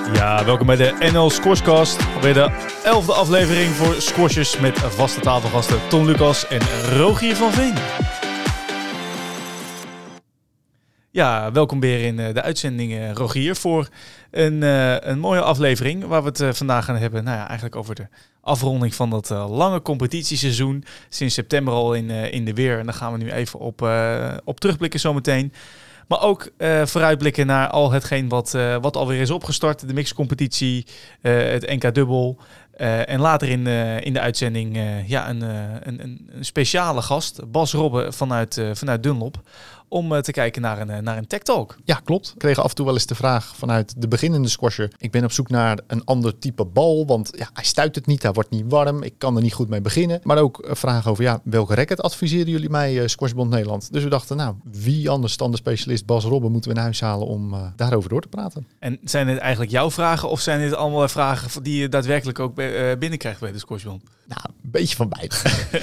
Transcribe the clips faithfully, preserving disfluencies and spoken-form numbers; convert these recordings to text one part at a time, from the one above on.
Ja, welkom bij de N L Squashcast. Alweer de elfde aflevering voor squashers met vaste tafelgasten Tom Lucas en Rogier van Veen. Ja, welkom weer in de uitzending, Rogier, voor een, uh, een mooie aflevering waar we het uh, vandaag gaan hebben. Nou ja, eigenlijk over de afronding van dat uh, lange competitieseizoen. Sinds september al in, uh, in de weer. En daar gaan we nu even op, uh, op terugblikken zometeen. Maar ook uh, vooruitblikken naar al hetgeen wat, uh, wat alweer is opgestart. De mixcompetitie, uh, het N K-dubbel. Uh, en later in, uh, in de uitzending uh, ja, een, uh, een, een speciale gast, Bas Robbe vanuit, uh, vanuit Dunlop. Om uh, te kijken naar een, uh, naar een Tech Talk. Ja, klopt. We kregen af en toe wel eens de vraag vanuit de beginnende squasher. Ik ben op zoek naar een ander type bal, want ja, hij stuit het niet, hij wordt niet warm. Ik kan er niet goed mee beginnen. Maar ook een vraag over, ja, welke racket adviseren jullie mij, uh, Squashbond Nederland? Dus we dachten, nou, wie anders dan de specialist Bas Robbe moeten we in huis halen om uh, daarover door te praten. En zijn dit eigenlijk jouw vragen of zijn dit allemaal vragen die je daadwerkelijk ook uh, binnenkrijgt bij de Squashbond? Nou, een beetje van beide.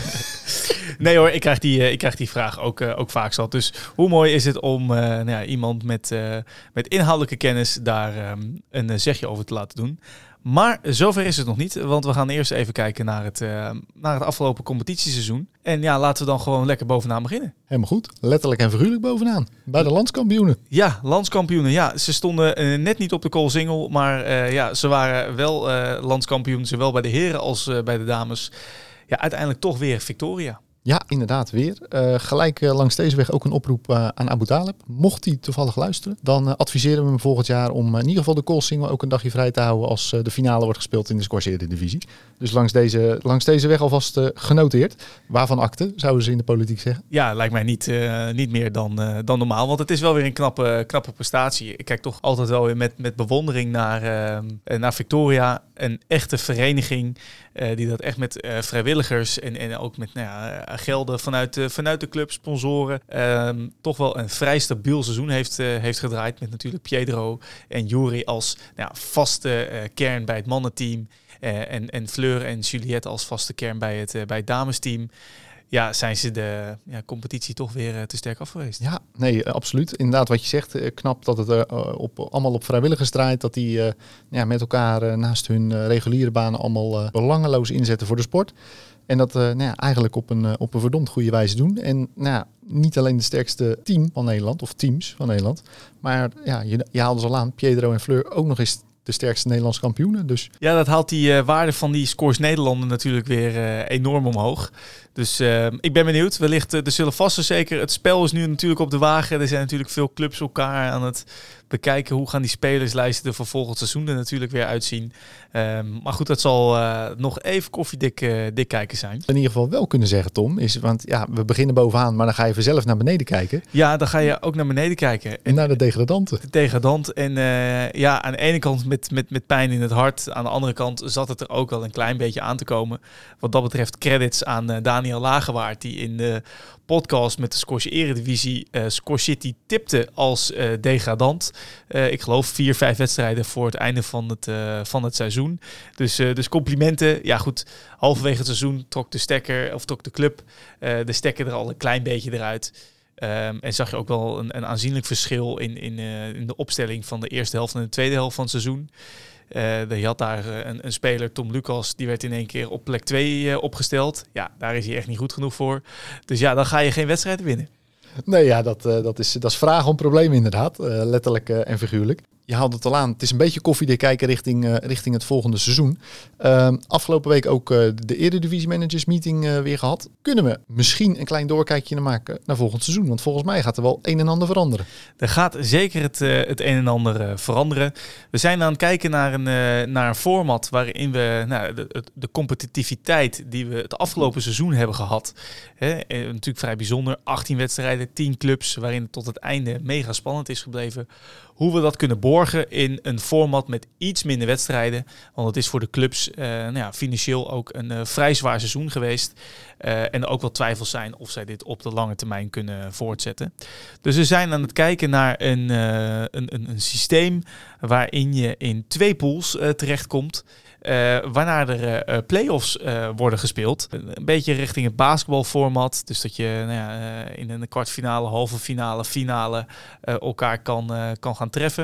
Nee hoor, ik krijg die, uh, ik krijg die vraag ook, uh, ook vaak zat. Dus hoe mooi is het om uh, nou ja, iemand met, uh, met inhoudelijke kennis daar um, een uh, zegje over te laten doen. Maar zover is het nog niet, want we gaan eerst even kijken naar het, uh, naar het afgelopen competitieseizoen. En ja, laten we dan gewoon lekker bovenaan beginnen. Helemaal goed. Letterlijk en figuurlijk bovenaan. Bij de landskampioenen. Ja, landskampioenen. Ja, ze stonden uh, net niet op de koolsingel, maar uh, ja, ze waren wel uh, landskampioen, zowel bij de heren als uh, bij de dames. Ja, uiteindelijk toch weer Victoria. Ja, inderdaad weer. Uh, gelijk uh, langs deze weg ook een oproep uh, aan Abu Taleb. Mocht hij toevallig luisteren, dan uh, adviseren we hem volgend jaar om uh, in ieder geval de call-single ook een dagje vrij te houden als uh, de finale wordt gespeeld in de Squash Eredivisie. Dus langs deze, langs deze weg alvast uh, genoteerd. Waarvan akte, zouden ze in de politiek zeggen? Ja, lijkt mij niet, uh, niet meer dan, uh, dan normaal. Want het is wel weer een knappe, knappe prestatie. Ik kijk toch altijd wel weer met, met bewondering naar, uh, naar Victoria. Een echte vereniging uh, die dat echt met uh, vrijwilligers en, en ook met nou ja, gelden vanuit de, vanuit de club, sponsoren, um, toch wel een vrij stabiel seizoen heeft, uh, heeft gedraaid. Met natuurlijk Pietro en Juri als nou ja, vaste uh, kern bij het mannenteam. Uh, en, en Fleur en Juliette als vaste kern bij het, uh, bij het damesteam. Ja, zijn ze de ja, competitie toch weer uh, te sterk af geweest. Ja, nee, uh, absoluut. Inderdaad, wat je zegt, uh, knap dat het uh, op, allemaal op vrijwilligers draait. Dat die uh, ja, met elkaar uh, naast hun uh, reguliere banen allemaal uh, belangeloos inzetten voor de sport. En dat uh, nou ja, eigenlijk op een, uh, op een verdomd goede wijze doen. En nou ja, niet alleen de sterkste team van Nederland, of teams van Nederland. Maar ja, je, je haalde ze al aan, Pietro en Fleur ook nog eens de sterkste Nederlandse kampioenen. Dus. Ja, dat haalt die uh, waarde van die Scores Nederlanden natuurlijk weer uh, enorm omhoog. Dus uh, ik ben benieuwd. Wellicht, uh, er zullen vast en zeker. Het spel is nu natuurlijk op de wagen. Er zijn natuurlijk veel clubs elkaar aan het bekijken. Hoe gaan die spelerslijsten er voor volgend seizoen er natuurlijk weer uitzien. Um, maar goed, dat zal uh, nog even koffiedik uh, dik kijken zijn. In ieder geval wel kunnen zeggen, Tom, is, want ja, we beginnen bovenaan, maar dan ga je vanzelf naar beneden kijken. Ja, dan ga je ook naar beneden kijken. En naar de degradanten. De degradant. En uh, ja, aan de ene kant met, met, met pijn in het hart. Aan de andere kant zat het er ook wel een klein beetje aan te komen. Wat dat betreft credits aan uh, Daniel Lagewaard, die in de podcast met de Squash Eredivisie uh, Squash City tipte als uh, degradant. Uh, ik geloof vier, vijf wedstrijden voor het einde van het, uh, van het seizoen. Dus, uh, dus complimenten. Ja goed, halverwege het seizoen trok de stekker, of trok de club uh, de stekker er al een klein beetje eruit. Um, en zag je ook wel een, een aanzienlijk verschil in, in, uh, in de opstelling van de eerste helft en de tweede helft van het seizoen. Uh, je had daar uh, een, een speler, Tom Lucas, die werd in één keer op plek twee uh, opgesteld. Ja, daar is hij echt niet goed genoeg voor. Dus ja, dan ga je geen wedstrijd winnen. Nee, ja, dat, uh, dat, is, dat is vragen om problemen inderdaad. Uh, letterlijk uh, en figuurlijk. Je haalde het al aan. Het is een beetje koffiedik kijken richting, uh, richting het volgende seizoen. Uh, afgelopen week ook uh, de Eredivisie Managers Meeting uh, weer gehad. Kunnen we misschien een klein doorkijkje maken naar volgend seizoen? Want volgens mij gaat er wel een en ander veranderen. Er gaat zeker het, uh, het een en ander uh, veranderen. We zijn aan het kijken naar een, uh, naar een format waarin we nou, de, de competitiviteit die we het afgelopen seizoen hebben gehad. Hè, uh, natuurlijk vrij bijzonder. achttien wedstrijden, tien clubs, waarin het tot het einde mega spannend is gebleven. Hoe we dat kunnen borgen in een format met iets minder wedstrijden. Want het is voor de clubs uh, nou ja, financieel ook een uh, vrij zwaar seizoen geweest. Uh, en er ook wel twijfels zijn of zij dit op de lange termijn kunnen voortzetten. Dus we zijn aan het kijken naar een, uh, een, een, een systeem waarin je in twee pools uh, terechtkomt. Uh, waarna er uh, play-offs uh, worden gespeeld. Een beetje richting het basketbalformat. Dus dat je nou ja, uh, in een kwartfinale, halve finale, finale uh, elkaar kan, uh, kan gaan treffen.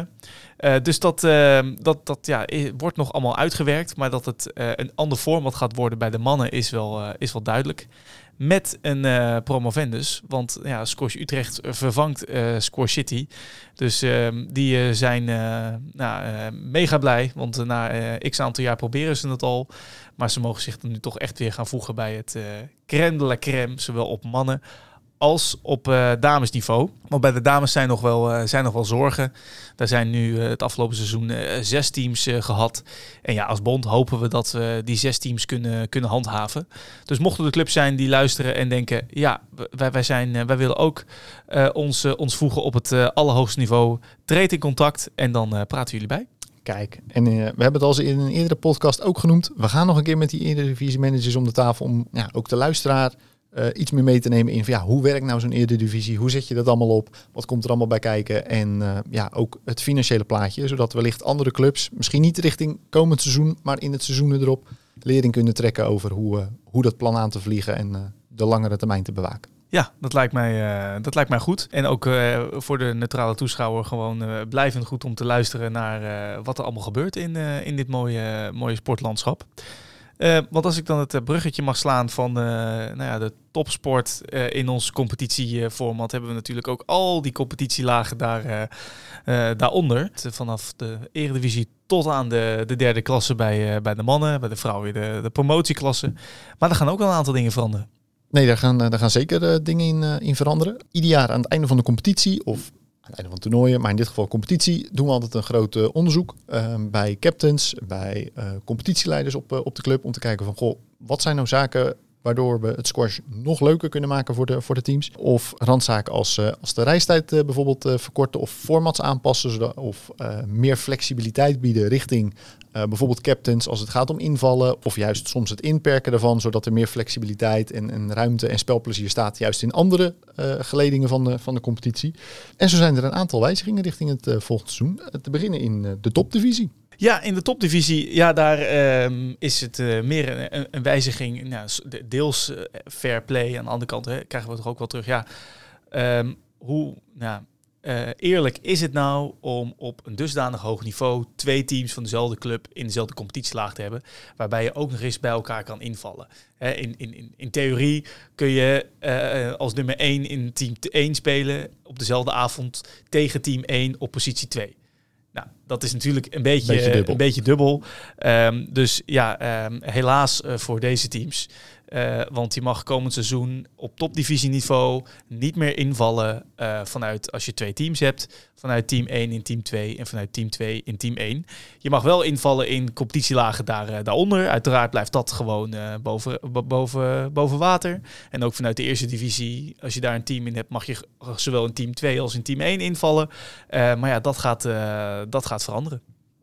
Uh, dus dat, uh, dat, dat ja, wordt nog allemaal uitgewerkt. Maar dat het uh, een ander format gaat worden bij de mannen is wel, uh, is wel duidelijk. Met een uh, promovendus. Want ja, Squash Utrecht vervangt uh, Squash City. Dus uh, die uh, zijn uh, nou, uh, mega blij. Want uh, na uh, x aantal jaar proberen ze het al. Maar ze mogen zich er nu toch echt weer gaan voegen bij het uh, crème de la crème. Zowel op mannen als op uh, damesniveau. Want bij de dames zijn nog wel, uh, zijn nog wel zorgen. Daar zijn nu uh, het afgelopen seizoen uh, zes teams uh, gehad. En ja, als bond hopen we dat we die zes teams kunnen, kunnen handhaven. Dus mochten er clubs zijn die luisteren en denken... ja, wij, wij, zijn, uh, wij willen ook uh, ons, uh, ons voegen op het uh, allerhoogste niveau. Treed in contact en dan uh, praten jullie bij. Kijk, en uh, we hebben het al in een eerdere podcast ook genoemd. We gaan nog een keer met die Eredivisie managers om de tafel... om ja, ook de luisteraar... Uh, iets meer mee te nemen in van, ja, hoe werkt nou zo'n Eredivisie? Hoe zet je dat allemaal op? Wat komt er allemaal bij kijken? En uh, ja, ook het financiële plaatje, zodat wellicht andere clubs, misschien niet richting komend seizoen, maar in het seizoen erop, lering kunnen trekken over hoe, uh, hoe dat plan aan te vliegen en uh, de langere termijn te bewaken. Ja, dat lijkt mij, uh, dat lijkt mij goed. En ook uh, voor de neutrale toeschouwer gewoon uh, blijvend goed om te luisteren naar uh, wat er allemaal gebeurt in, uh, in dit mooie, mooie sportlandschap. Uh, want als ik dan het bruggetje mag slaan van uh, nou ja, de topsport uh, in ons competitieformat, hebben we natuurlijk ook al die competitielagen daar, uh, uh, daaronder. Vanaf de Eredivisie tot aan de, de derde klasse bij, uh, bij de mannen, bij de vrouwen de, de promotieklasse. Maar er gaan ook wel een aantal dingen veranderen. Nee, daar gaan, daar gaan zeker uh, dingen in, uh, in veranderen. Ieder jaar aan het einde van de competitie of aan het einde van toernooien, maar in dit geval competitie, doen we altijd een groot uh, onderzoek uh, bij captains, bij uh, competitieleiders op, uh, op de club, om te kijken van, goh, wat zijn nou zaken waardoor we het squash nog leuker kunnen maken voor de, voor de teams. Of randzaken als, uh, als de reistijd uh, bijvoorbeeld uh, verkorten of formats aanpassen, zodat, of uh, meer flexibiliteit bieden richting uh, bijvoorbeeld captains als het gaat om invallen, of juist soms het inperken daarvan, zodat er meer flexibiliteit en, en ruimte en spelplezier staat juist in andere uh, geledingen van de, van de competitie. En zo zijn er een aantal wijzigingen richting het uh, volgende seizoen. Uh, te beginnen in uh, de topdivisie. Ja, in de topdivisie, ja, daar um, is het uh, meer een, een wijziging. Nou, deels uh, fair play. Aan de andere kant hè, krijgen we het er ook wel terug. Ja, um, hoe nou, uh, eerlijk is het nou om op een dusdanig hoog niveau twee teams van dezelfde club in dezelfde competitielaag te hebben, waarbij je ook nog eens bij elkaar kan invallen. Hè, in, in, in theorie kun je uh, als nummer één in team één spelen op dezelfde avond tegen team één op positie twee. Nou, dat is natuurlijk een beetje, beetje dubbel. Een beetje dubbel. Um, dus ja, um, helaas uh, voor deze teams. Uh, want je mag komend seizoen op topdivisieniveau niet meer invallen uh, vanuit, als je twee teams hebt, vanuit team één in team twee en vanuit team twee in team één. Je mag wel invallen in competitielagen daar, uh, daaronder. Uiteraard blijft dat gewoon uh, boven, b- boven, boven water. En ook vanuit de eerste divisie, als je daar een team in hebt, mag je zowel in team twee als in team één invallen. Uh, maar ja, dat gaat, uh, dat gaat veranderen.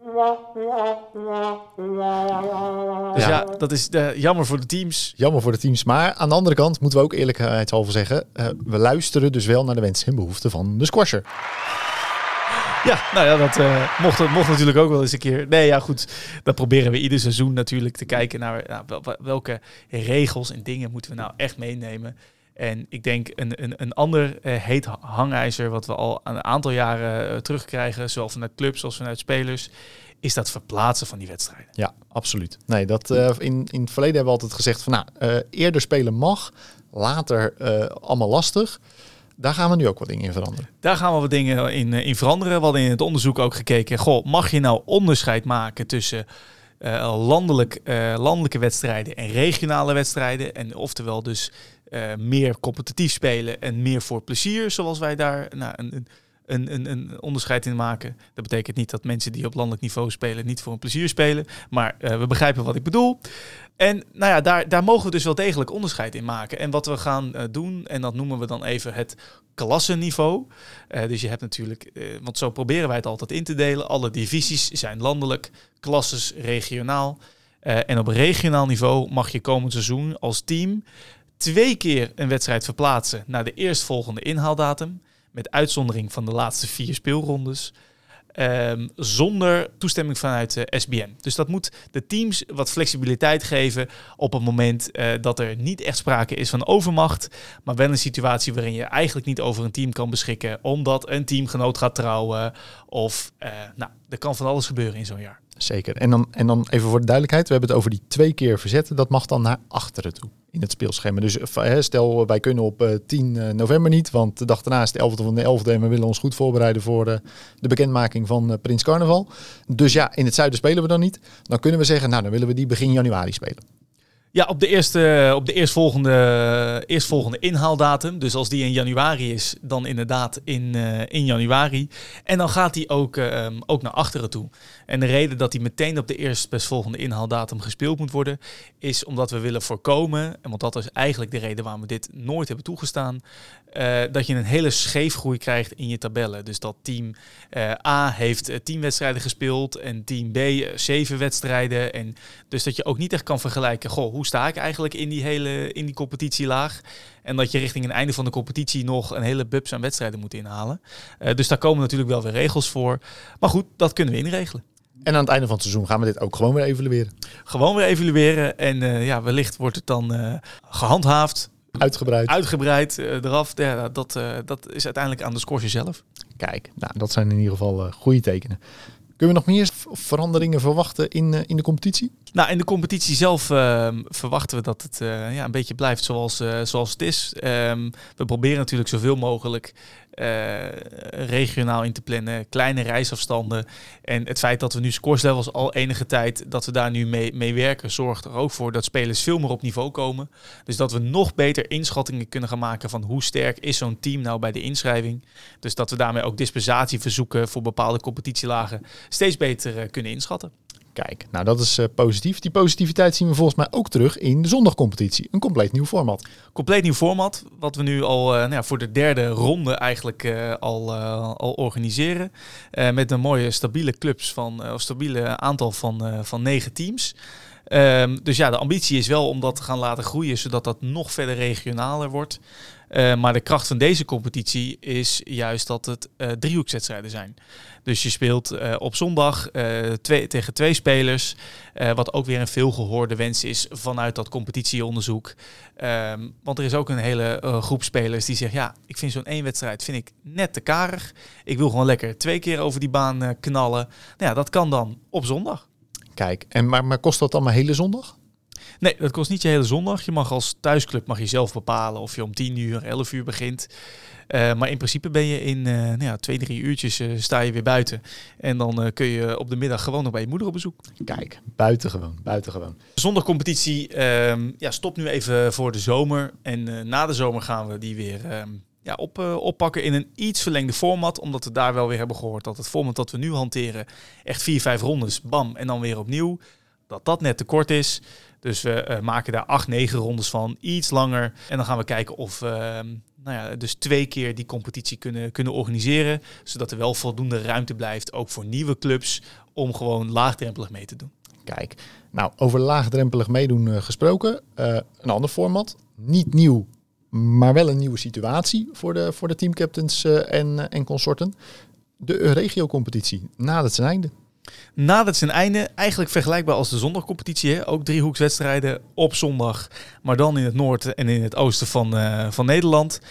Dus ja, ja dat is uh, jammer voor de teams. Jammer voor de teams. Maar aan de andere kant moeten we ook eerlijkheidshalve zeggen, uh, we luisteren dus wel naar de wensen en behoeften van de squasher. Ja, nou ja, dat uh, mocht, mocht natuurlijk ook wel eens een keer. Nee, ja, goed. Dat proberen we ieder seizoen natuurlijk te kijken naar nou, welke regels en dingen moeten we nou echt meenemen. En ik denk een, een, een ander uh, heet hangijzer, wat we al een aantal jaren uh, terugkrijgen, zowel vanuit clubs als vanuit spelers, is dat verplaatsen van die wedstrijden. Ja, absoluut. Nee, dat, uh, in, in het verleden hebben we altijd gezegd van, nou, uh, eerder spelen mag, later uh, allemaal lastig. Daar gaan we nu ook wat dingen in veranderen. Daar gaan we wat dingen in, in veranderen. We hadden in het onderzoek ook gekeken, goh, mag je nou onderscheid maken tussen uh, landelijk, uh, landelijke wedstrijden en regionale wedstrijden? En oftewel dus uh, meer competitief spelen en meer voor plezier, zoals wij daar nou, een, een, een, een onderscheid in maken. Dat betekent niet dat mensen die op landelijk niveau spelen niet voor een plezier spelen, maar uh, we begrijpen wat ik bedoel. En nou ja, daar, daar mogen we dus wel degelijk onderscheid in maken. En wat we gaan uh, doen, en dat noemen we dan even het klassenniveau. Uh, dus je hebt natuurlijk, uh, want zo proberen wij het altijd in te delen. Alle divisies zijn landelijk, klasses regionaal. Uh, en op regionaal niveau mag je komend seizoen als team twee keer een wedstrijd verplaatsen naar de eerstvolgende inhaaldatum. Met uitzondering van de laatste vier speelrondes. Um, zonder toestemming vanuit uh, S B N. Dus dat moet de teams wat flexibiliteit geven op het moment uh, dat er niet echt sprake is van overmacht, maar wel een situatie waarin je eigenlijk niet over een team kan beschikken omdat een teamgenoot gaat trouwen of uh, nou, er kan van alles gebeuren in zo'n jaar. Zeker. En dan, en dan even voor de duidelijkheid, we hebben het over die twee keer verzetten. Dat mag dan naar achteren toe in het speelschema. Dus stel, wij kunnen op uh, tien november niet, want de dag daarna is de elfde van de elfde en we willen ons goed voorbereiden voor uh, de bekendmaking van uh, Prins Carnaval. Dus ja, in het zuiden spelen we dan niet. Dan kunnen we zeggen, nou dan willen we die begin januari spelen. Ja, op de eerste, op de eerstvolgende, eerstvolgende inhaaldatum. Dus als die in januari is, dan inderdaad in, uh, in januari. En dan gaat die ook, uh, ook naar achteren toe. En de reden dat die meteen op de eerstvolgende inhaaldatum gespeeld moet worden, is omdat we willen voorkomen, en want dat is eigenlijk de reden waarom we dit nooit hebben toegestaan, uh, dat je een hele scheefgroei krijgt in je tabellen. Dus dat team uh, A heeft uh, tien wedstrijden gespeeld en team B uh, zeven wedstrijden. En dus dat je ook niet echt kan vergelijken, goh, hoe sta ik eigenlijk in die hele in die competitielaag? En dat je richting het einde van de competitie nog een hele bubs aan wedstrijden moet inhalen. Uh, dus daar komen natuurlijk wel weer regels voor. Maar goed, dat kunnen we inregelen. En aan het einde van het seizoen gaan we dit ook gewoon weer evalueren. Gewoon weer evalueren. En uh, ja, wellicht wordt het dan uh, gehandhaafd. Uitgebreid. Uitgebreid uh, eraf. Ja, dat, uh, dat is uiteindelijk aan de scorser zelf. Kijk, nou, dat zijn in ieder geval uh, goede tekenen. Kunnen we nog meer veranderingen verwachten in, uh, in de competitie? Nou, in de competitie zelf uh, verwachten we dat het uh, ja, een beetje blijft zoals, uh, zoals het is. Um, we proberen natuurlijk zoveel mogelijk uh, regionaal in te plannen, kleine reisafstanden. En het feit dat we nu scoreslevels al enige tijd, dat we daar nu mee, mee werken, zorgt er ook voor dat spelers veel meer op niveau komen. Dus dat we nog beter inschattingen kunnen gaan maken van hoe sterk is zo'n team nou bij de inschrijving. Dus dat we daarmee ook dispensatieverzoeken voor bepaalde competitielagen steeds beter uh, kunnen inschatten. Kijk, nou dat is uh, positief. Die positiviteit zien we volgens mij ook terug in de zondagcompetitie. Een compleet nieuw format. Compleet nieuw format, wat we nu al uh, nou ja, voor de derde ronde eigenlijk uh, al, uh, al organiseren. Uh, met een mooie stabiele clubs van, uh, stabiele aantal van, uh, van negen teams. Um, dus ja, de ambitie is wel om dat te gaan laten groeien, zodat dat nog verder regionaler wordt. Uh, maar de kracht van deze competitie is juist dat het uh, driehoekswedstrijden zijn. Dus je speelt uh, op zondag uh, twee, tegen twee spelers. Uh, wat ook weer een veelgehoorde wens is vanuit dat competitieonderzoek. Um, want er is ook een hele uh, groep spelers die zegt, ja, ik vind zo'n één wedstrijd vind ik net te karig. Ik wil gewoon lekker twee keer over die baan uh, knallen. Nou ja, dat kan dan op zondag. Kijk, en maar, maar kost dat dan maar hele zondag? Nee, dat kost niet je hele zondag. Je mag als thuisclub mag je zelf bepalen of je om tien uur, elf uur begint. Uh, maar in principe ben je in uh, nou ja, twee, drie uurtjes uh, sta je weer buiten. En dan uh, kun je op de middag gewoon nog bij je moeder op bezoek. Kijk, buitengewoon, buitengewoon. De zondagcompetitie uh, ja, stopt nu even voor de zomer. En uh, na de zomer gaan we die weer uh, ja, op, uh, oppakken in een iets verlengde format. Omdat we daar wel weer hebben gehoord dat het format dat we nu hanteren, echt vier, vijf rondes, bam, en dan weer opnieuw. Dat dat net te kort is. Dus we uh, maken daar acht, negen rondes van, iets langer. En dan gaan we kijken of uh, nou ja, dus twee keer die competitie kunnen, kunnen organiseren. Zodat er wel voldoende ruimte blijft, ook voor nieuwe clubs, om gewoon laagdrempelig mee te doen. Kijk, nou over laagdrempelig meedoen uh, gesproken. Uh, een ander format, niet nieuw, maar wel een nieuwe situatie voor de, voor de teamcaptains uh, en, uh, en consorten. De Euregio-competitie nadert zijn einde. Nadert zijn einde, eigenlijk vergelijkbaar als de zondagcompetitie. Hè? Ook driehoekswedstrijden op zondag, maar dan in het noorden en in het oosten van, uh, van Nederland.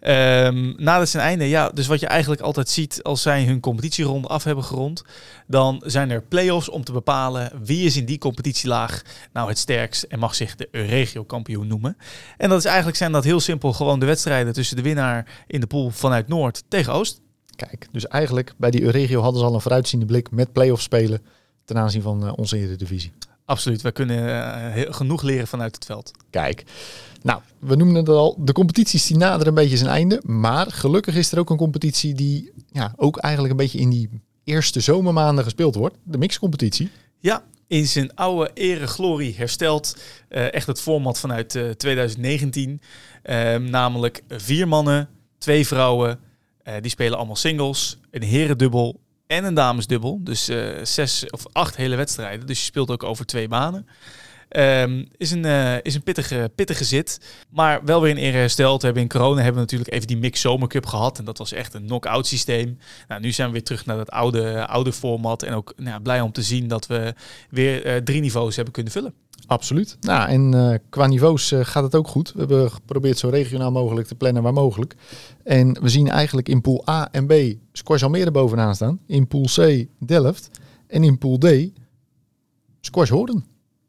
Um, nadert zijn einde, ja, dus wat je eigenlijk altijd ziet als zij hun competitieronde af hebben gerond, dan zijn er play-offs om te bepalen wie is in die competitielaag nou het sterkst en mag zich de Euregio-kampioen noemen. En dat is eigenlijk zijn dat heel simpel gewoon de wedstrijden tussen de winnaar in de pool vanuit Noord tegen Oost. Kijk, dus eigenlijk bij die Euregio hadden ze al een vooruitziende blik met play-off spelen ten aanzien van uh, onze Eredivisie. Absoluut, wij kunnen uh, heel, genoeg leren vanuit het veld. Kijk, nou, we noemden het al, de competities die naderen een beetje zijn einde. Maar gelukkig is er ook een competitie die ja, ook eigenlijk een beetje in die eerste zomermaanden gespeeld wordt. De mixcompetitie. Ja, in zijn oude ere glorie hersteld. Uh, echt het format vanuit uh, twintig negentien. Uh, namelijk vier mannen, twee vrouwen. Uh, die spelen allemaal singles, een herendubbel en een damesdubbel. Dus uh, zes of acht hele wedstrijden. Dus je speelt ook over twee banen. Um, is een, uh, is een pittige, pittige zit. Maar wel weer in ere hersteld. We hebben in corona hebben we natuurlijk even die Mix Zomer Cup gehad. En dat was echt een knock-out systeem. Nou, nu zijn we weer terug naar dat oude, oude format. En ook nou, blij om te zien dat we weer uh, drie niveaus hebben kunnen vullen. Absoluut. Nou, en uh, qua niveaus uh, gaat het ook goed. We hebben geprobeerd zo regionaal mogelijk te plannen waar mogelijk. En we zien eigenlijk in pool A en B Squash Almere bovenaan staan. In pool C Delft. En in pool D Squash Hoorn.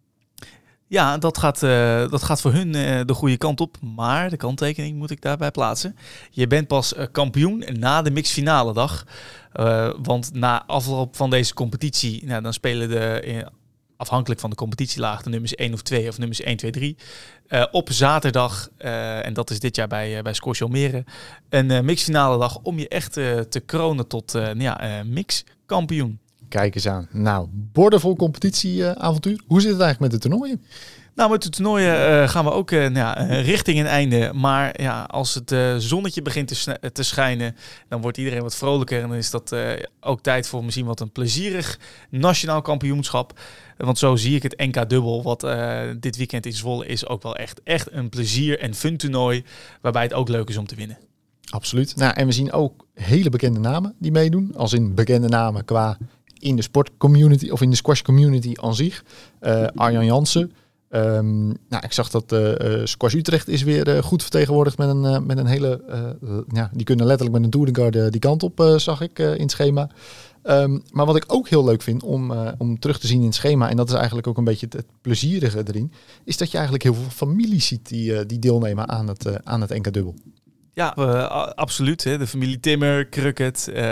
Ja, dat gaat, uh, dat gaat voor hun uh, de goede kant op. Maar de kanttekening moet ik daarbij plaatsen. Je bent pas uh, kampioen na de mixfinale dag. Uh, want na afloop van deze competitie, nou, dan spelen de... Uh, afhankelijk van de competitielaag, de nummers één of twee of nummers één, twee, drie. Uh, op zaterdag, uh, en dat is dit jaar bij, uh, bij Squash Almere, een uh, mixfinale dag om je echt uh, te kronen tot uh, ja, uh, mixkampioen. Kijk eens aan. Nou, boordevol competitieavontuur. Uh, Hoe zit het eigenlijk met de toernooien? Nou, met de toernooien uh, gaan we ook uh, nou ja, uh, richting een einde. Maar ja, als het uh, zonnetje begint te, sn- te schijnen, dan wordt iedereen wat vrolijker. En dan is dat uh, ook tijd voor misschien wat een plezierig nationaal kampioenschap. Want zo zie ik het N K Dubbel, wat uh, dit weekend in Zwolle is, ook wel echt, echt een plezier en fun toernooi. Waarbij het ook leuk is om te winnen. Absoluut. Nou, en we zien ook hele bekende namen die meedoen. Als in bekende namen qua in de sportcommunity of in de squash community aan zich. Uh, Arjan Jansen. Um, nou, ik zag dat uh, uh, Squash Utrecht is weer uh, goed vertegenwoordigd met een, uh, met een hele... Uh, ja, die kunnen letterlijk met een Touringard uh, die kant op, uh, zag ik uh, in het schema. Um, maar wat ik ook heel leuk vind om, uh, om terug te zien in het schema, en dat is eigenlijk ook een beetje het, het plezierige erin, is dat je eigenlijk heel veel families ziet die, uh, die deelnemen aan het, uh, aan het N K Dubbel. Ja, uh, absoluut. Hè. De familie Timmer, Krukket, uh,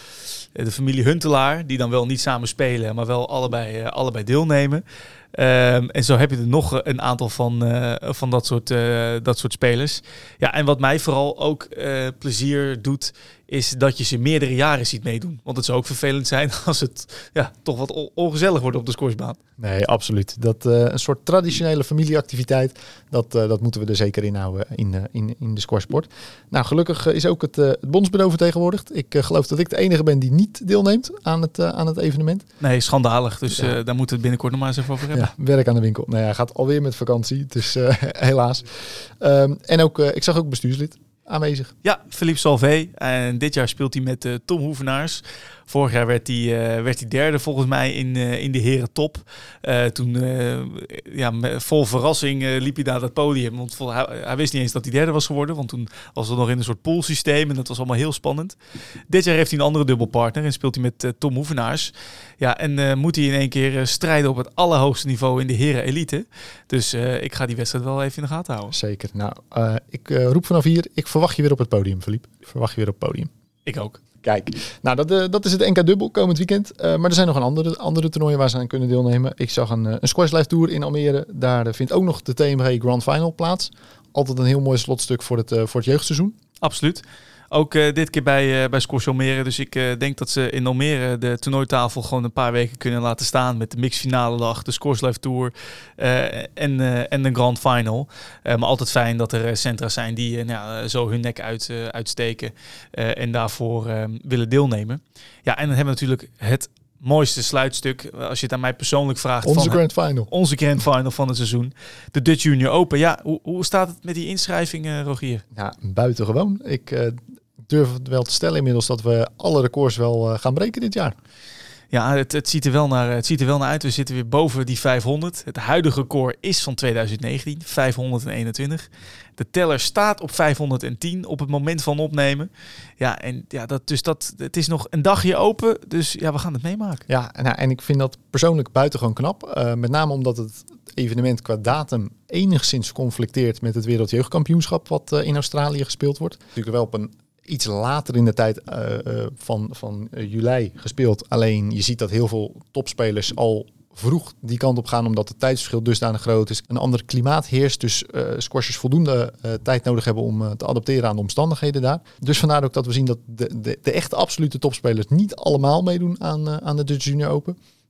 de familie Huntelaar, die dan wel niet samen spelen, maar wel allebei, uh, allebei deelnemen. Um, en zo heb je er nog een aantal van, uh, van dat, soort, uh, dat soort spelers. Ja, en wat mij vooral ook uh, plezier doet, is dat je ze meerdere jaren ziet meedoen. Want het zou ook vervelend zijn als het ja, toch wat on- ongezellig wordt op de squashbaan. Nee, absoluut. Dat uh, een soort traditionele familieactiviteit, dat, uh, dat moeten we er zeker in houden in, uh, in, in de squashsport. Nou, gelukkig uh, is ook het, uh, het bondsbureau vertegenwoordigd. Ik uh, geloof dat ik de enige ben die niet deelneemt aan het, uh, aan het evenement. Nee, schandalig. Dus ja. uh, daar moeten we het binnenkort nog maar eens even over hebben. Ja, werk aan de winkel. Nou ja, hij gaat alweer met vakantie, dus uh, helaas. Um, en ook, uh, ik zag ook bestuurslid aanwezig. Ja, Philippe Salvé. En dit jaar speelt hij met uh, Tom Hoevenaars. Vorig jaar werd hij, uh, werd hij derde volgens mij in, uh, in de herentop. Uh, toen, uh, ja, vol verrassing uh, liep hij naar dat podium. Want vol, hij, hij wist niet eens dat hij derde was geworden. Want toen was het nog in een soort poolsysteem. En dat was allemaal heel spannend. Dit jaar heeft hij een andere dubbelpartner. En speelt hij met uh, Tom Hoevenaars. Ja, en uh, moet hij in één keer uh, strijden op het allerhoogste niveau in de heren elite. Dus uh, ik ga die wedstrijd wel even in de gaten houden. Zeker. Nou, uh, ik uh, roep vanaf hier. Ik verwacht je weer op het podium, Philippe. Ik verwacht je weer op het podium. Ik ook. Kijk, nou dat, uh, dat is het N K Dubbel komend weekend. Uh, maar er zijn nog een andere, andere toernooien waar ze aan kunnen deelnemen. Ik zag een, uh, een Squash Live Tour in Almere. Daar uh, vindt ook nog de T M G Grand Final plaats. Altijd een heel mooi slotstuk voor het, uh, voor het jeugdseizoen. Absoluut. Ook uh, dit keer bij, uh, bij Squash Almere. Dus ik uh, denk dat ze in Almere de toernooitafel gewoon een paar weken kunnen laten staan. Met de mixfinale dag, de Squash Live Tour uh, en, uh, en de Grand Final. Uh, maar altijd fijn dat er uh, centra zijn die uh, nou, zo hun nek uit, uh, uitsteken. Uh, en daarvoor uh, willen deelnemen. Ja, en dan hebben we natuurlijk het mooiste sluitstuk, als je het aan mij persoonlijk vraagt. Onze van Grand Final. Onze Grand Final van het seizoen. De Dutch Junior Open. Ja, hoe, hoe staat het met die inschrijving, uh, Rogier? Ja, buitengewoon. Ik uh, durf het wel te stellen inmiddels dat we alle records wel uh, gaan breken dit jaar. Ja, het, het, ziet er wel naar, het ziet er wel naar uit. We zitten weer boven die vijfhonderd. Het huidige record is van twintig negentien, vijfhonderdeenentwintig. De teller staat op vijfhonderdtien op het moment van opnemen. Ja, en ja, dat, dus dat, het is nog een dagje open. Dus ja, we gaan het meemaken. Ja, nou, en ik vind dat persoonlijk buitengewoon knap. Uh, met name omdat het evenement qua datum enigszins conflicteert met het Wereldjeugdkampioenschap wat uh, in Australië gespeeld wordt. Natuurlijk wel op een iets later in de tijd uh, uh, van, van uh, juli gespeeld. Alleen je ziet dat heel veel topspelers al vroeg die kant op gaan, omdat het tijdsverschil dusdanig groot is. Een ander klimaat heerst, dus uh, squashers voldoende uh, tijd nodig hebben om uh, te adapteren aan de omstandigheden daar. Dus vandaar ook dat we zien dat de, de, de echte absolute topspelers niet allemaal meedoen aan, uh, aan de Dutch Junior Open.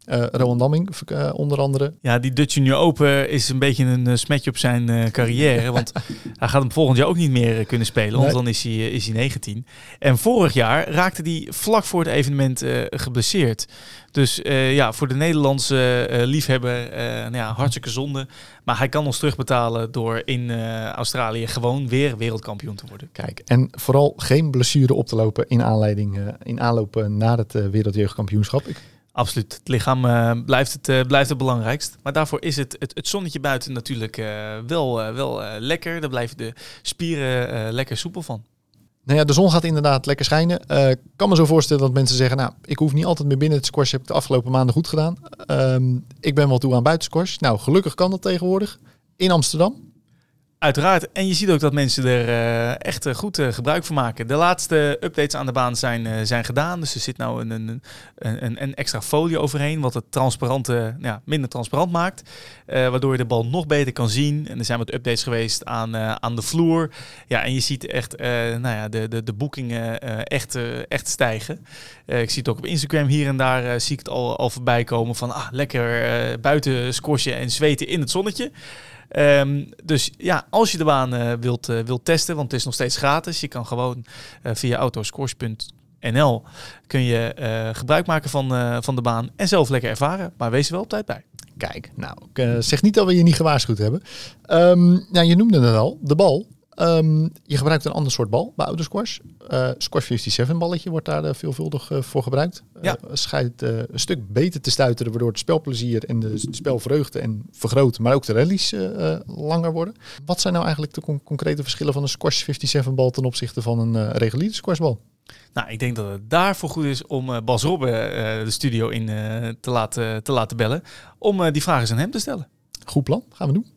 Uh, Rowan Damming uh, onder andere. Ja, die Dutch Junior Open is een beetje een uh, smetje op zijn uh, carrière. Want hij gaat hem volgend jaar ook niet meer uh, kunnen spelen. Want nee. dan is hij, uh, is hij negentien. En vorig jaar raakte hij vlak voor het evenement uh, geblesseerd. Dus uh, ja, voor de Nederlandse uh, liefhebber, uh, nou ja, hartstikke zonde. Maar hij kan ons terugbetalen door in uh, Australië gewoon weer wereldkampioen te worden. Kijk, en vooral geen blessure op te lopen in aanleiding, uh, in aanloop uh, naar het uh, wereldjeugdkampioenschap. Ik... Absoluut. Het lichaam uh, blijft, het, uh, blijft het belangrijkst. Maar daarvoor is het, het, het zonnetje buiten natuurlijk uh, wel, uh, wel uh, lekker. Daar blijven de spieren uh, lekker soepel van. Nou ja, de zon gaat inderdaad lekker schijnen. Ik uh, kan me zo voorstellen dat mensen zeggen, nou, ik hoef niet altijd meer binnen het squash. Heb ik de afgelopen maanden goed gedaan. Um, ik ben wel toe aan buitensquash. Nou, gelukkig kan dat tegenwoordig. In Amsterdam. Uiteraard. En je ziet ook dat mensen er uh, echt uh, goed uh, gebruik van maken. De laatste updates aan de baan zijn, uh, zijn gedaan. Dus er zit nou een, een, een, een extra folie overheen. Wat het transparante, ja, minder transparant maakt. Uh, waardoor je de bal nog beter kan zien. En er zijn wat updates geweest aan, uh, aan de vloer. Ja, en je ziet echt uh, nou ja, de, de, de boekingen uh, echt, uh, echt stijgen. Uh, ik zie het ook op Instagram hier en daar. Uh, zie ik het al, al voorbij komen van ah, lekker uh, buiten squashen en zweten in het zonnetje. Um, dus ja, als je de baan uh, wilt, uh, wilt testen, want het is nog steeds gratis. Je kan gewoon uh, via outdoorsquash punt n l kun je uh, gebruik maken van, uh, van de baan en zelf lekker ervaren. Maar wees er wel op tijd bij. Kijk, nou, ik uh, zeg niet dat we je niet gewaarschuwd hebben. Um, nou, je noemde het al, de bal. Um, je gebruikt een ander soort bal bij outdoorsquash. Uh, squash vijfenzeventig balletje wordt daar uh, veelvuldig uh, voor gebruikt. Ja. Uh, schijnt uh, een stuk beter te stuiteren, waardoor het spelplezier en de spelvreugde en vergroten, maar ook de rallies uh, uh, langer worden. Wat zijn nou eigenlijk de con- concrete verschillen van een squash vijfenzeventig bal ten opzichte van een uh, reguliere squashbal? Nou, ik denk dat het daarvoor goed is om uh, Bas Robbe uh, de studio in uh, te, laten, te laten bellen, om uh, die vragen eens aan hem te stellen. Goed plan, gaan we doen.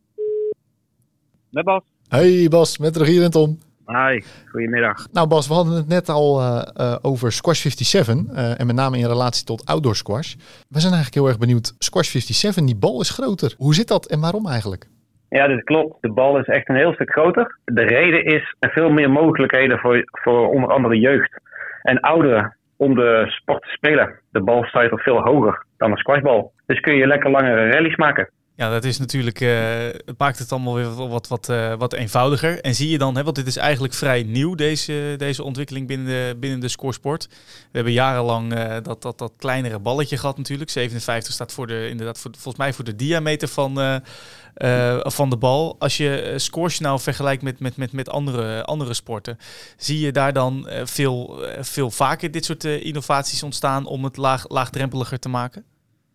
Met Bas. Hey Bas, met Rogier en Tom. Hi, goedemiddag. Nou Bas, we hadden het net al uh, uh, over squash vijfenzeventig uh, en met name in relatie tot outdoor squash. We zijn eigenlijk heel erg benieuwd, squash vijfenzeventig, die bal is groter. Hoe zit dat en waarom eigenlijk? Ja, dat klopt. De bal is echt een heel stuk groter. De reden is er veel meer mogelijkheden voor, voor onder andere jeugd en ouderen om de sport te spelen. De bal staat er veel hoger dan een squashbal. Dus kun je lekker langere rallies maken. Ja, dat is natuurlijk, uh, het maakt het allemaal weer wat, wat, uh, wat eenvoudiger. En zie je dan, hè, want dit is eigenlijk vrij nieuw, deze, deze ontwikkeling binnen de, binnen de scoresport. We hebben jarenlang uh, dat, dat, dat kleinere balletje gehad natuurlijk. zevenenvijftig staat voor de, inderdaad voor, volgens mij voor de diameter van, uh, uh, van de bal. Als je uh, squash nou vergelijkt met, met, met, met andere, andere sporten, zie je daar dan uh, veel, uh, veel vaker dit soort uh, innovaties ontstaan om het laag, laagdrempeliger te maken?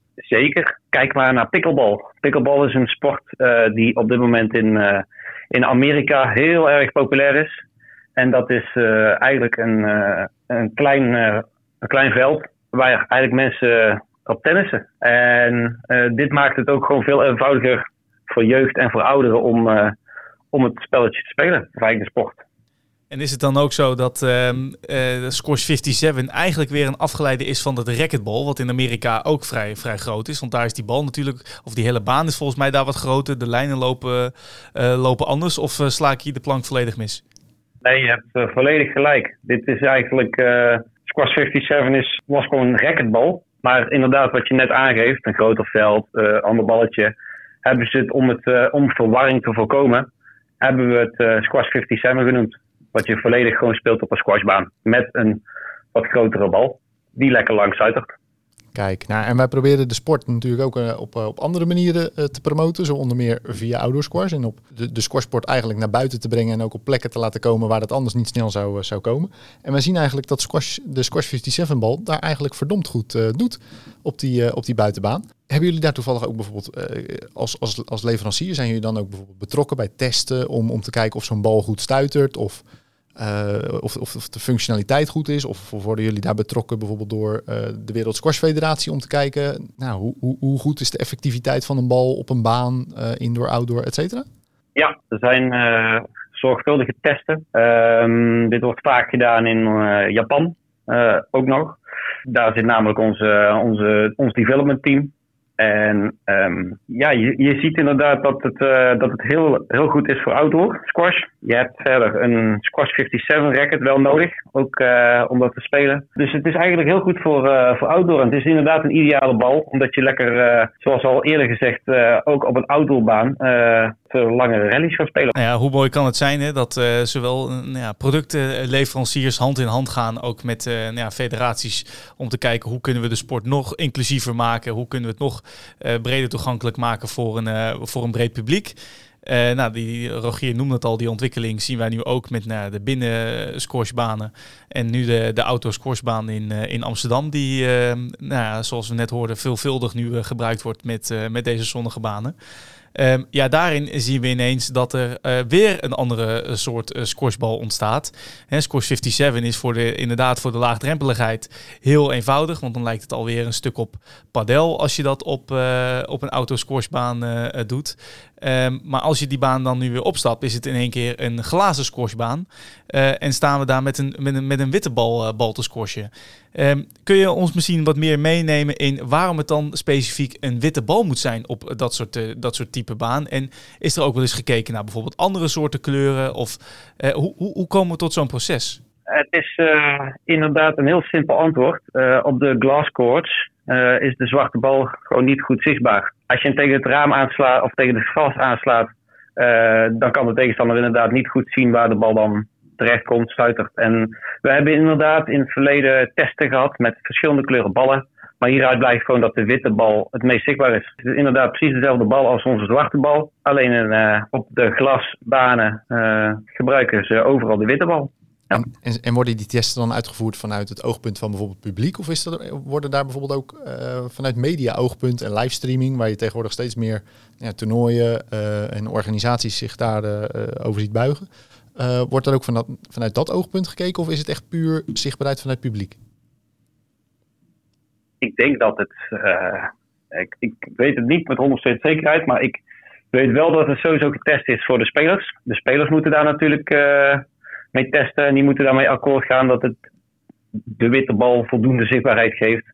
Zeker. Kijk maar naar pickleball. Pickleball is een sport uh, die op dit moment in, uh, in Amerika heel erg populair is. En dat is uh, eigenlijk een, uh, een, klein, uh, een klein veld waar eigenlijk mensen uh, op tennissen. En uh, dit maakt het ook gewoon veel eenvoudiger voor jeugd en voor ouderen om, uh, om het spelletje te spelen. Of eigenlijk de sport. En is het dan ook zo dat um, uh, de squash vijfenzeventig eigenlijk weer een afgeleide is van het racquetbal, wat in Amerika ook vrij, vrij groot is? Want daar is die bal natuurlijk, of die hele baan is volgens mij daar wat groter. De lijnen lopen, uh, lopen anders. Of uh, sla ik hier de plank volledig mis? Nee, je hebt uh, volledig gelijk. Dit is eigenlijk, uh, squash vijfenzeventig is, was gewoon een racquetbal. Maar inderdaad, wat je net aangeeft, een groter veld, uh, ander balletje, hebben ze het om, het, uh, om verwarring te voorkomen, hebben we het uh, squash vijfenzeventig genoemd. Wat je volledig gewoon speelt op een squashbaan. Met een wat grotere bal. Die lekker lang stuitert. Kijk, nou, en wij proberen de sport natuurlijk ook uh, op, uh, op andere manieren uh, te promoten. Zo onder meer via outdoor squash. En op de, de squashsport eigenlijk naar buiten te brengen. En ook op plekken te laten komen waar het anders niet snel zou, uh, zou komen. En wij zien eigenlijk dat squash, de squash vijfenzeventig bal daar eigenlijk verdomd goed uh, doet op die, uh, op die buitenbaan. Hebben jullie daar toevallig ook bijvoorbeeld uh, als, als, als leverancier, zijn jullie dan ook bijvoorbeeld betrokken bij testen om, om te kijken of zo'n bal goed stuitert? Of Uh, of, of, of de functionaliteit goed is? Of, of worden jullie daar betrokken bijvoorbeeld door uh, de Wereld Squash Federatie om te kijken, nou, hoe, hoe, hoe goed is de effectiviteit van een bal op een baan, uh, indoor, outdoor, et cetera? Ja, er zijn uh, zorgvuldige testen. Um, dit wordt vaak gedaan in uh, Japan uh, ook nog. Daar zit namelijk onze, onze, ons development team. En um, ja, je, je ziet inderdaad dat het, uh, dat het heel, heel goed is voor outdoor squash. Je hebt verder een squash vijfenvijftig racket wel nodig, ook uh, om dat te spelen. Dus het is eigenlijk heel goed voor, uh, voor outdoor. En het is inderdaad een ideale bal, omdat je lekker, uh, zoals al eerder gezegd, uh, ook op een outdoorbaan uh, langere rallies kan spelen. Nou ja, hoe mooi kan het zijn hè, dat uh, zowel uh, nou ja, productenleveranciers hand in hand gaan, ook met uh, nou ja, federaties, om te kijken hoe kunnen we de sport nog inclusiever maken, hoe kunnen we het nog uh, breder toegankelijk maken voor een, uh, voor een breed publiek. Uh, nou, die, Rogier noemde het al, die ontwikkeling zien wij nu ook met nou, de binnen squashbanen en nu de, de outdoor squashbaan in, uh, in Amsterdam, die, uh, nou ja, zoals we net hoorden, veelvuldig nu uh, gebruikt wordt met, uh, met deze zonnige banen. Um, ja, daarin zien we ineens dat er uh, weer een andere uh, soort uh, squashbal ontstaat. Hè, squash vijfenvijftig is voor de, inderdaad voor de laagdrempeligheid heel eenvoudig, want dan lijkt het alweer een stuk op padel als je dat op, uh, op een outdoor squashbaan uh, doet. Um, maar als je die baan dan nu weer opstapt, is het in één keer een glazen squashbaan. Uh, en staan we daar met een, met een, met een witte bal, uh, bal te squashen. Um, kun je ons misschien wat meer meenemen in waarom het dan specifiek een witte bal moet zijn op dat soort, uh, dat soort type baan? En is er ook wel eens gekeken naar bijvoorbeeld andere soorten kleuren? Of uh, hoe, hoe, hoe komen we tot zo'n proces? Het is uh, inderdaad een heel simpel antwoord. Uh, op de glasscourts uh, is de zwarte bal gewoon niet goed zichtbaar. Als je hem tegen het raam aanslaat of tegen de glas aanslaat, uh, dan kan de tegenstander inderdaad niet goed zien waar de bal dan terecht komt, stuitert. En we hebben inderdaad in het verleden testen gehad met verschillende kleuren ballen. Maar hieruit blijkt gewoon dat de witte bal het meest zichtbaar is. Het is inderdaad precies dezelfde bal als onze zwarte bal. Alleen uh, op de glasbanen uh, gebruiken ze overal de witte bal. Ja. En, en, en worden die testen dan uitgevoerd vanuit het oogpunt van bijvoorbeeld publiek? Of is er, worden daar bijvoorbeeld ook uh, vanuit media-oogpunt en livestreaming, waar je tegenwoordig steeds meer ja, toernooien uh, en organisaties zich daar uh, over ziet buigen, uh, wordt er ook van dat, vanuit dat oogpunt gekeken? Of is het echt puur zichtbaarheid vanuit publiek? Ik denk dat het, uh, ik, ik weet het niet met honderd procent zekerheid, maar ik weet wel dat het sowieso getest is voor de spelers. De spelers moeten daar natuurlijk uh, mee testen en die moeten daarmee akkoord gaan dat het de witte bal voldoende zichtbaarheid geeft.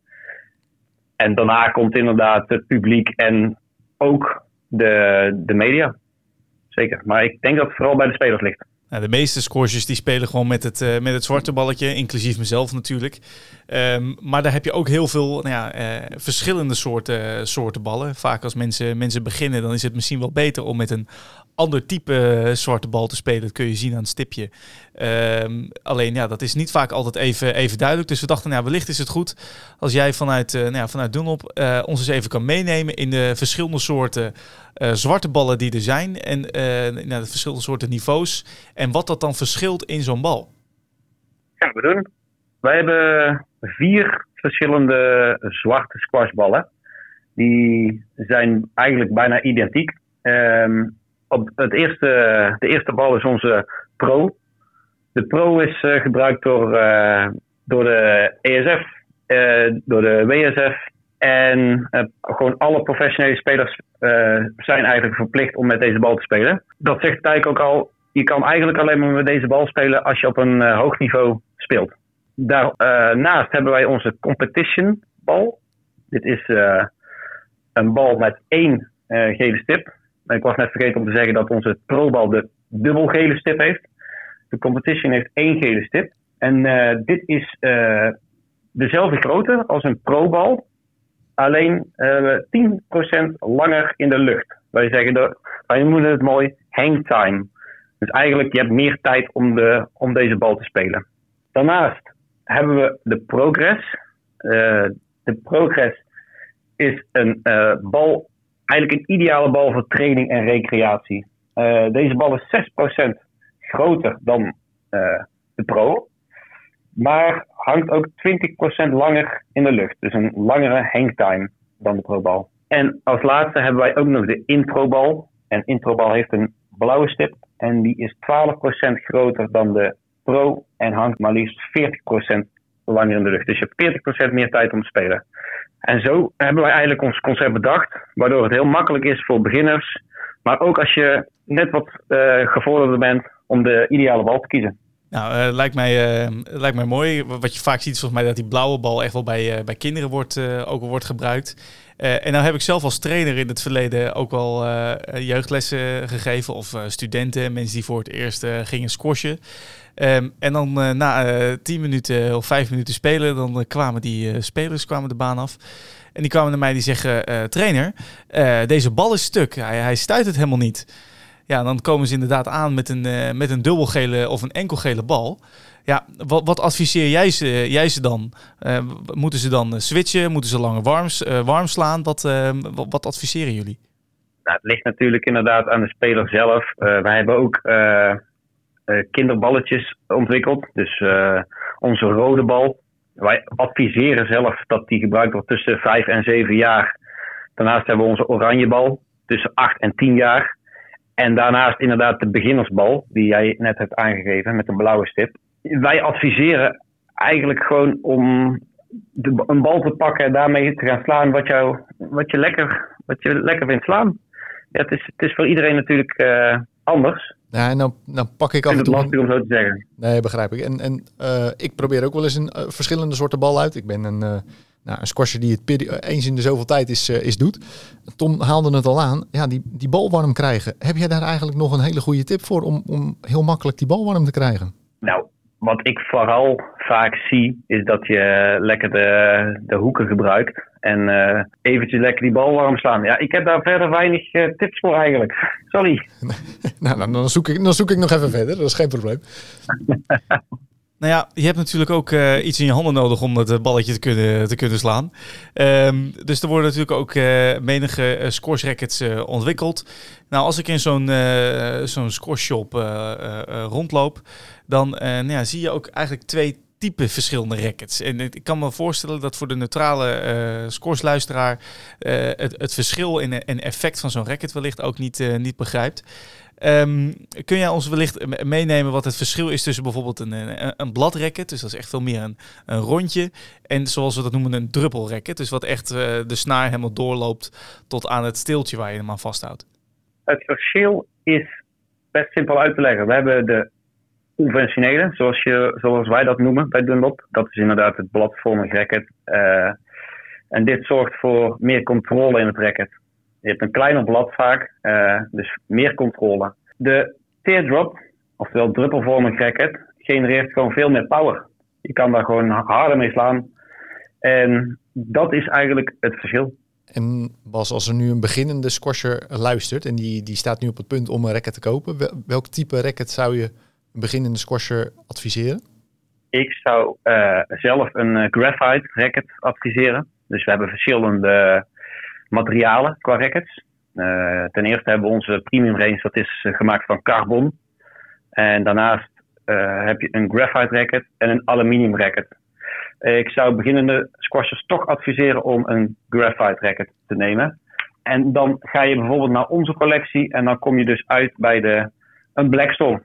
En daarna komt inderdaad het publiek en ook de, de media. Zeker, maar ik denk dat het vooral bij de spelers ligt. Nou, de meeste squashers die spelen gewoon met het, uh, met het zwarte balletje, inclusief mezelf natuurlijk. Um, maar daar heb je ook heel veel nou ja, uh, verschillende soorten, soorten ballen. Vaak als mensen, mensen beginnen, dan is het misschien wel beter om met een ander type zwarte bal te spelen. Dat kun je zien aan het stipje. Um, alleen ja, dat is niet vaak altijd even, even duidelijk. Dus we dachten, nou, wellicht is het goed als jij vanuit, uh, nou ja, vanuit Dunlop uh, ons eens even kan meenemen in de verschillende soorten uh, zwarte ballen die er zijn. En uh, nou, de verschillende soorten niveaus. En wat dat dan verschilt in zo'n bal. Gaan we doen. Wij hebben vier verschillende zwarte squashballen. Die zijn eigenlijk bijna identiek. Um, op het eerste, de eerste bal is onze Pro. De Pro is uh, gebruikt door, uh, door de E S F, uh, door de W S F. En uh, gewoon alle professionele spelers uh, zijn eigenlijk verplicht om met deze bal te spelen. Dat zegt het eigenlijk ook al. Je kan eigenlijk alleen maar met deze bal spelen als je op een uh, hoog niveau speelt. Daarnaast uh, hebben wij onze competition bal. Dit is uh, een bal met één uh, gele stip. Ik was net vergeten om te zeggen dat onze pro-bal de dubbel gele stip heeft. De competition heeft één gele stip. En uh, dit is uh, dezelfde grootte als een pro-bal. Alleen uh, tien procent langer in de lucht. Wij zeggen, de, wij noemen het mooi hang time. Dus eigenlijk, je hebt meer tijd om, de, om deze bal te spelen. Daarnaast hebben we de Progress. Uh, de Progress is een uh, bal, eigenlijk een ideale bal voor training en recreatie. Uh, deze bal is zes procent groter dan uh, de Pro. Maar hangt ook twintig procent langer in de lucht. Dus een langere hangtime dan de Pro-bal. En als laatste hebben wij ook nog de Intro-bal. En Intro-bal heeft een blauwe stip. En die is twaalf procent groter dan de Pro. En hangt maar liefst veertig procent langer in de lucht. Dus je hebt veertig procent meer tijd om te spelen. En zo hebben wij eigenlijk ons concept bedacht. Waardoor het heel makkelijk is voor beginners. Maar ook als je net wat uh, gevorderder bent om de ideale bal te kiezen. Nou, uh, lijkt, mij, uh, lijkt mij mooi. Wat je vaak ziet is volgens mij dat die blauwe bal echt wel bij, uh, bij kinderen wordt, uh, ook wordt gebruikt. Uh, en nou heb ik zelf als trainer in het verleden ook wel uh, jeugdlessen gegeven of uh, studenten, mensen die voor het eerst uh, gingen squashen. Um, en dan uh, na uh, tien minuten of vijf minuten spelen, dan uh, kwamen die uh, spelers kwamen de baan af. En die kwamen naar mij die zeggen, uh, trainer, uh, deze bal is stuk, hij, hij stuit het helemaal niet. Ja, dan komen ze inderdaad aan met een, uh, met een dubbelgele of een enkelgele bal. Ja, wat, wat adviseer jij ze, jij ze dan? Uh, moeten ze dan switchen? Moeten ze langer warm, uh, warm slaan? Wat, uh, wat, wat adviseren jullie? Nou, het ligt natuurlijk inderdaad aan de speler zelf. Uh, wij hebben ook uh, uh, kinderballetjes ontwikkeld. Dus uh, onze rode bal. Wij adviseren zelf dat die gebruikt wordt tussen vijf en zeven jaar. Daarnaast hebben we onze oranje bal tussen acht en tien jaar. En daarnaast inderdaad de beginnersbal, die jij net hebt aangegeven met een blauwe stip. Wij adviseren eigenlijk gewoon om de, een bal te pakken en daarmee te gaan slaan wat, jou, wat, je, lekker, wat je lekker vindt slaan. Ja, het, is, het is voor iedereen natuurlijk uh, anders. Ja, en nou, nou pak ik af en het toe... lastig om zo te zeggen. Nee, begrijp ik. En, en uh, ik probeer ook wel eens een uh, verschillende soorten bal uit. Ik ben een, uh, nou, een squasher die het peri- eens in de zoveel tijd is, uh, is doet. Tom haalde het al aan. Ja, die, die bal warm krijgen. Heb jij daar eigenlijk nog een hele goede tip voor om, om heel makkelijk die bal warm te krijgen? Nou, wat ik vooral vaak zie, is dat je lekker de, de hoeken gebruikt. En uh, eventjes lekker die bal warm slaan. Ja, ik heb daar verder weinig uh, tips voor eigenlijk. Sorry. nou, dan, dan, zoek ik, dan zoek ik nog even verder. Dat is geen probleem. Nou ja, je hebt natuurlijk ook uh, iets in je handen nodig om het balletje te kunnen, te kunnen slaan. Um, dus er worden natuurlijk ook uh, menige uh, squash rackets uh, ontwikkeld. Nou, als ik in zo'n, uh, zo'n squash shop uh, uh, uh, rondloop, dan uh, nou ja, zie je ook eigenlijk twee typen verschillende rackets. En ik kan me voorstellen dat voor de neutrale uh, squashluisteraar uh, het, het verschil in en effect van zo'n racket wellicht ook niet, uh, niet begrijpt. Um, kun jij ons wellicht meenemen wat het verschil is tussen bijvoorbeeld een, een, een bladracket, dus dat is echt veel meer een, een rondje, en zoals we dat noemen een druppelracket, dus wat echt uh, de snaar helemaal doorloopt tot aan het steeltje waar je hem aan vasthoudt? Het verschil is best simpel uit te leggen. We hebben de conventionele, zoals, je, zoals wij dat noemen bij Dunlop. Dat is inderdaad het bladvormig racket. Uh, en dit zorgt voor meer controle in het racket. Je hebt een kleiner blad vaak, uh, dus meer controle. De teardrop, oftewel druppelvormig racket, genereert gewoon veel meer power. Je kan daar gewoon harder mee slaan. En dat is eigenlijk het verschil. En Bas, als er nu een beginnende squasher luistert en die, die staat nu op het punt om een racket te kopen, welk type racket zou je een beginnende squasher adviseren? Ik zou uh, zelf een uh, graphite racket adviseren. Dus we hebben verschillende materialen qua rackets. Uh, ten eerste hebben we onze premium range, dat is uh, gemaakt van carbon. En daarnaast uh, heb je een graphite racket en een aluminium racket. Uh, ik zou beginnende squashers toch adviseren om een graphite racket te nemen. En dan ga je bijvoorbeeld naar onze collectie en dan kom je dus uit bij de, een Blackstorm.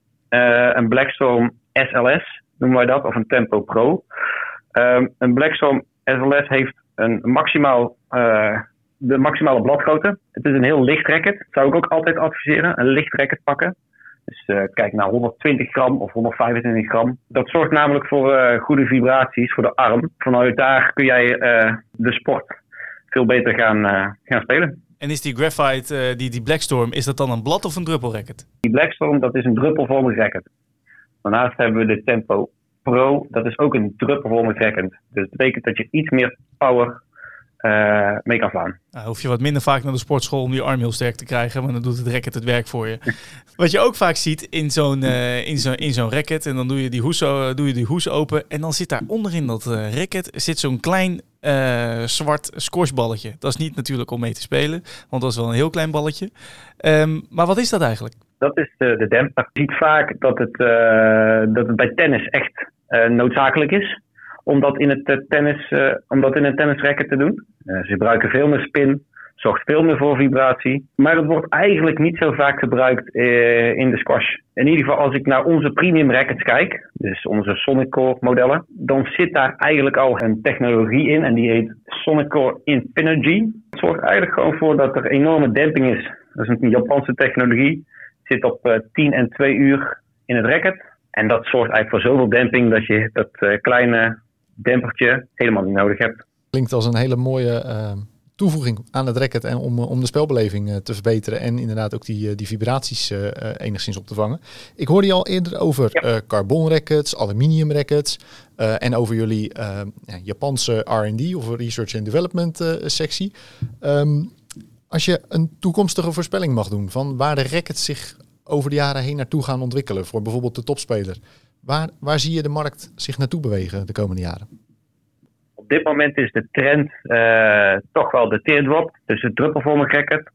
Uh, een Blackstorm S L S noemen wij dat, of een Tempo Pro. Um, een Blackstorm S L S heeft een maximaal, uh, de maximale bladgrootte. Het is een heel licht racket. Dat zou ik ook altijd adviseren, een licht racket pakken. Dus uh, kijk naar honderdtwintig gram of honderdvijfentwintig gram. Dat zorgt namelijk voor uh, goede vibraties voor de arm. Vanuit daar kun jij uh, de sport veel beter gaan, uh, gaan spelen. En is die graphite, uh, die, die Blackstorm, is dat dan een blad of een druppelracket? Die Blackstorm, dat is een druppelvormig racket. Daarnaast hebben we de Tempo Pro, dat is ook een druppelvormig racket. Dus dat betekent dat je iets meer power uh, mee kan slaan. Nou, hoef je wat minder vaak naar de sportschool om die arm heel sterk te krijgen, maar dan doet het racket het werk voor je. Wat je ook vaak ziet in zo'n, uh, in zo'n, in zo'n racket, en dan doe je die hoes, uh, doe je die hoes open en dan zit daar onderin dat uh, racket zit zo'n klein uh, zwart squashballetje. Dat is niet natuurlijk om mee te spelen, want dat is wel een heel klein balletje. Um, maar wat is dat eigenlijk? Dat is de, de demper. Je ziet vaak dat het, uh, dat het bij tennis echt uh, noodzakelijk is om dat in het uh, tennis, uh, om dat in een tennisracket te doen. Uh, ze gebruiken veel meer spin, zorgt veel meer voor vibratie. Maar het wordt eigenlijk niet zo vaak gebruikt uh, in de squash. In ieder geval als ik naar onze premium rackets kijk, dus onze Sonic Core modellen, dan zit daar eigenlijk al een technologie in en die heet Sonic Core Infinergy. Het zorgt eigenlijk gewoon voor dat er enorme demping is. Dat is een Japanse technologie. Zit op uh, tien en twee uur in het racket. En dat zorgt eigenlijk voor zoveel demping dat je dat uh, kleine dempertje helemaal niet nodig hebt. Klinkt als een hele mooie uh, toevoeging aan het racket en om, om de spelbeleving uh, te verbeteren en inderdaad ook die, uh, die vibraties uh, uh, enigszins op te vangen. Ik hoorde je al eerder over ja. uh, carbon rackets, aluminium rackets uh, en over jullie uh, ja, Japanse R en D of Research and Development uh, sectie. Um, als je een toekomstige voorspelling mag doen van waar de rackets zich over de jaren heen naartoe gaan ontwikkelen voor bijvoorbeeld de topspeler, waar, waar zie je de markt zich naartoe bewegen de komende jaren? Op dit moment is de trend uh, toch wel de teardrop, dus de druppelvormig racket.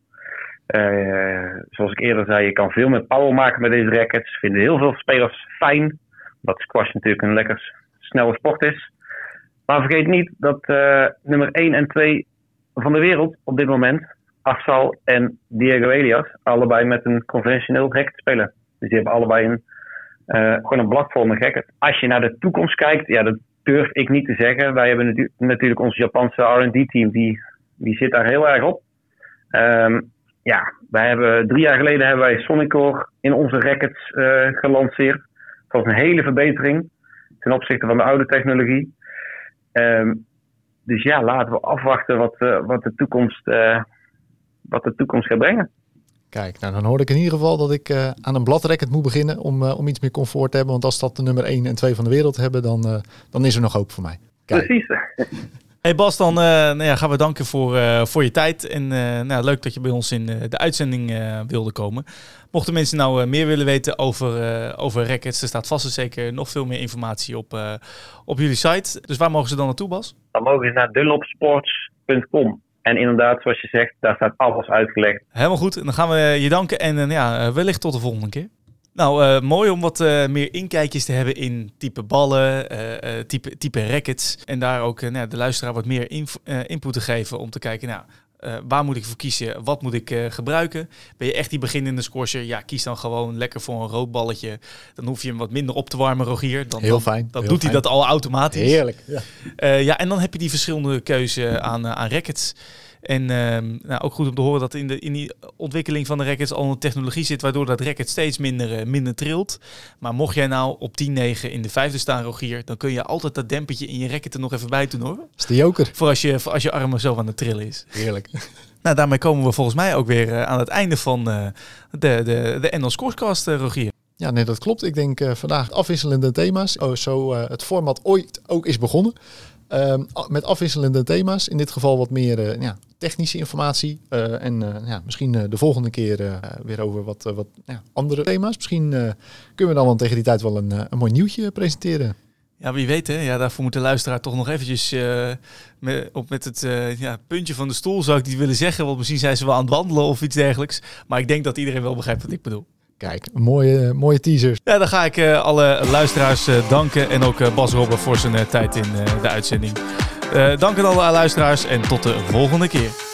Uh, zoals ik eerder zei, je kan veel meer power maken met deze rackets. Vinden heel veel spelers fijn, omdat squash natuurlijk een lekker snelle sport is. Maar vergeet niet dat uh, nummer één en twee van de wereld op dit moment, Afzal en Diego Elias, allebei met een conventioneel racket spelen. Dus die hebben allebei een, uh, gewoon een bladvormig racket. Als je naar de toekomst kijkt, ja, dat durf ik niet te zeggen. Wij hebben natu- natuurlijk ons Japanse R en D-team, die, die zit daar heel erg op. Um, ja, wij hebben drie jaar geleden hebben wij Sonicore in onze rackets uh, gelanceerd. Dat was een hele verbetering ten opzichte van de oude technologie. Um, dus ja, laten we afwachten wat, uh, wat, de, toekomst, uh, wat de toekomst gaat brengen. Kijk, nou dan hoor ik in ieder geval dat ik uh, aan een bladracket moet beginnen om, uh, om iets meer comfort te hebben. Want als dat de nummer één en twee van de wereld hebben, dan, uh, dan is er nog hoop voor mij. Kijk. Precies. Hey Bas, dan uh, nou ja, gaan we danken voor, uh, voor je tijd. En uh, nou, leuk dat je bij ons in uh, de uitzending uh, wilde komen. Mochten mensen nou uh, meer willen weten over, uh, over rackets, er staat vast en zeker nog veel meer informatie op, uh, op jullie site. Dus waar mogen ze dan naartoe, Bas? Dan mogen ze naar dunlopsports punt com. En inderdaad, zoals je zegt, daar staat alles uitgelegd. Helemaal goed. Dan gaan we je danken en uh, ja, wellicht tot de volgende keer. Nou, uh, mooi om wat uh, meer inkijkjes te hebben in type ballen, uh, uh, type, type rackets. En daar ook uh, nou, de luisteraar wat meer inf- uh, input te geven om te kijken, nou, uh, waar moet ik voor kiezen? Wat moet ik uh, gebruiken? Ben je echt die beginnende squasher? Ja, kies dan gewoon lekker voor een rood balletje. Dan hoef je hem wat minder op te warmen, Rogier. Dan, heel dan, fijn. Dan heel doet fijn. hij dat al automatisch. Heerlijk. Ja. Uh, ja, en dan heb je die verschillende keuze aan, uh, aan rackets. En uh, nou, ook goed om te horen dat in, de, in die ontwikkeling van de rackets al een technologie zit waardoor dat racket steeds minder, uh, minder trilt. Maar mocht jij nou op tien negen in de vijfde staan, Rogier, dan kun je altijd dat dempertje in je racket er nog even bij doen, hoor. Dat is de joker. Voor als je, voor als je arm zo aan het trillen is. Heerlijk. Nou, daarmee komen we volgens mij ook weer uh, aan het einde van uh, de, de, de N L Scorescast, uh, Rogier. Ja, nee, dat klopt. Ik denk uh, vandaag afwisselende thema's. Oh, zo uh, het format ooit ook is begonnen. Uh, met afwisselende thema's. In dit geval wat meer uh, ja, technische informatie. Uh, en uh, ja, misschien uh, de volgende keer uh, weer over wat, uh, wat ja, andere thema's. Misschien uh, kunnen we dan wel tegen die tijd wel een, uh, een mooi nieuwtje presenteren. Ja, wie weet, hè? Ja, daarvoor moet de luisteraar toch nog eventjes uh, met, op met het uh, ja, puntje van de stoel, zou ik niet willen zeggen. Want misschien zijn ze wel aan het wandelen of iets dergelijks. Maar ik denk dat iedereen wel begrijpt wat ik bedoel. Kijk, een mooie, mooie teaser. Ja, dan ga ik uh, alle luisteraars uh, danken. En ook uh, Bas Robber voor zijn uh, tijd in uh, de uitzending. Uh, dank aan alle luisteraars en tot de volgende keer.